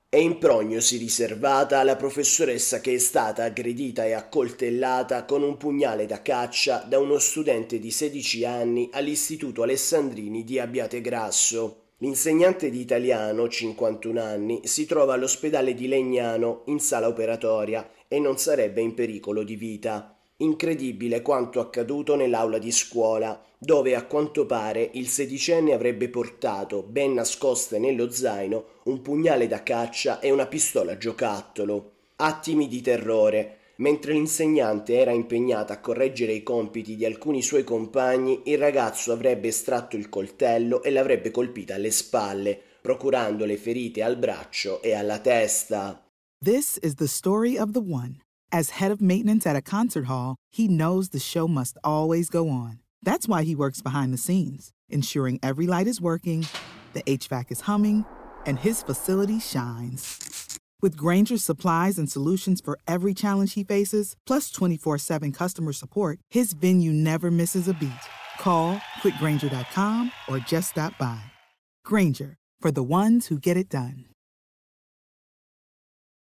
È in prognosi riservata la professoressa che è stata aggredita e accoltellata con un pugnale da caccia da uno studente di 16 anni all'Istituto Alessandrini di Abbiategrasso. L'insegnante di italiano, 51 anni, si trova all'ospedale di Legnano in sala operatoria e non sarebbe in pericolo di vita. Incredibile quanto accaduto nell'aula di scuola, dove a quanto pare il sedicenne avrebbe portato, ben nascoste nello zaino, un pugnale da caccia e una pistola a giocattolo. Attimi di terrore. Mentre l'insegnante era impegnata a correggere i compiti di alcuni suoi compagni, il ragazzo avrebbe estratto il coltello e l'avrebbe colpita alle spalle, procurandole ferite al braccio e alla testa. This is the story of the one. As head of maintenance at a concert hall, he knows the show must always go on. That's why he works behind the scenes, ensuring every light is working, the HVAC is humming, and his facility shines. With Granger's supplies and solutions for every challenge he faces, plus 24/7 customer support, his venue never misses a beat. Call quickgranger.com or just stop by. Granger, for the ones who get it done.